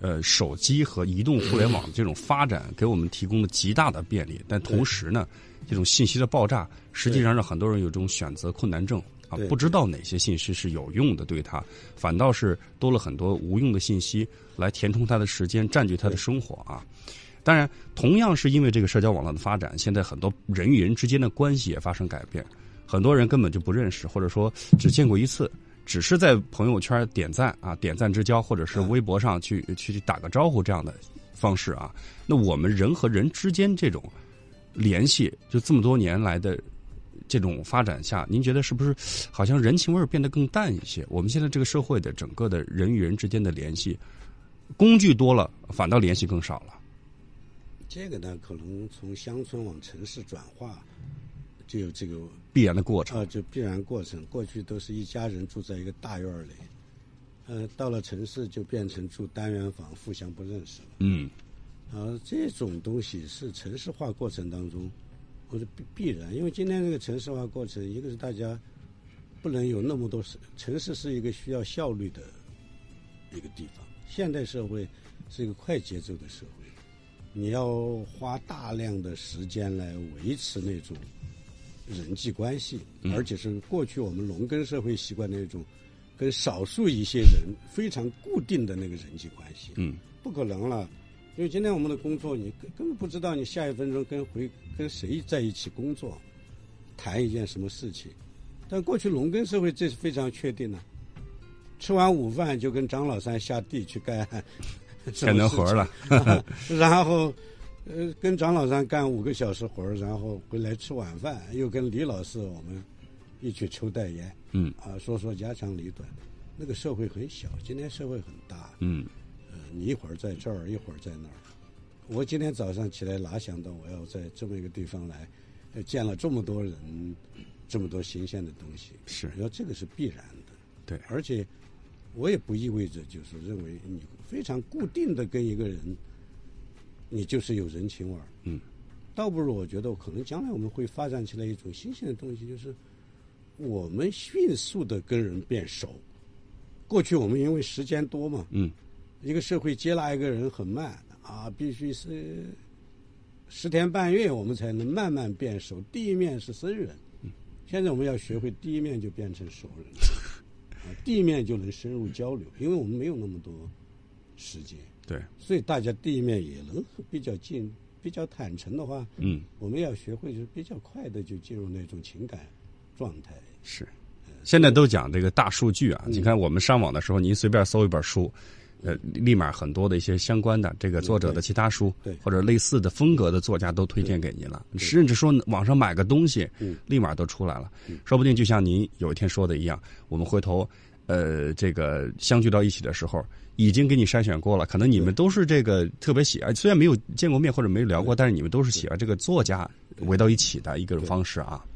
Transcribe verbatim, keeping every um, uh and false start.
呃手机和移动互联网这种发展给我们提供了极大的便利，但同时呢，这种信息的爆炸实际上让很多人有这种选择困难症啊，不知道哪些信息是有用的对他，反倒是多了很多无用的信息来填充他的时间，占据他的生活啊。当然，同样是因为这个社交网络的发展，现在很多人与人之间的关系也发生改变，很多人根本就不认识，或者说只见过一次。只是在朋友圈点赞啊，点赞之交，或者是微博上去去打个招呼这样的方式啊，那我们人和人之间这种联系，就这么多年来的这种发展下，您觉得是不是好像人情味变得更淡一些？我们现在这个社会的整个的人与人之间的联系，工具多了，反倒联系更少了。 这个呢，可能从乡村往城市转化。就有这个必然的过程啊，就必然过程。过去都是一家人住在一个大院里，呃，到了城市就变成住单元房，互相不认识了。 嗯， 啊，这种东西是城市化过程当中，或者必必然，因为今天这个城市化过程，一个是大家不能有那么多事，城市是一个需要效率的一个地方，现代社会是一个快节奏的社会，你要花大量的时间来维持那种人际关系，而且是过去我们农耕社会习惯那种跟少数一些人非常固定的那个人际关系。 嗯， 不可能了，因为今天我们的工作，你根本不知道你下一分钟跟回跟谁在一起工作，谈一件什么事情。但过去农耕社会这是非常确定的，吃完午饭就跟张老三下地去干干能活了， 然后。呃，跟张老三干五个小时活儿，然后回来吃晚饭，又跟李老师我们一起抽袋烟， 嗯， 啊，说说家长里短。那个社会很小，今天社会很大， 嗯， 呃，你一会儿在这儿，一会儿在那儿。我今天早上起来哪想到我要在这么一个地方来，呃，见了这么多人，这么多新鲜的东西， 是， 你说这个是必然的， 对， 而且我也不意味着就是认为你非常固定的跟一个人。你就是有人情味儿， 嗯， 倒不如我觉得可能将来我们会发展起来一种新鲜的东西，就是我们迅速的跟人变熟。过去我们因为时间多嘛， 嗯， 一个社会接纳一个人很慢啊，必须是十天半月我们才能慢慢变熟。第一面是生人， 嗯， 现在我们要学会第一面就变成熟人，啊，第一面就能深入交流，因为我们没有那么多时间。 对， 所以大家第一面也能比较近、比较坦诚的话， 嗯， 我们要学会就是比较快的就进入那种情感状态。 是，现在都讲这个大数据啊， 嗯、 你看我们上网的时候，您随便搜一本书，呃，立马很多的一些相关的这个作者的其他书， 对， 或者类似的风格的作家都推荐给您了，甚至说网上买个东西， 嗯， 立马都出来了， 嗯， 说不定就像您有一天说的一样，我们回头。呃，这个相聚到一起的时候，已经给你筛选过了。可能你们都是这个特别喜爱，虽然没有见过面或者没有聊过，但是你们都是喜欢这个作家围到一起的一个方式啊。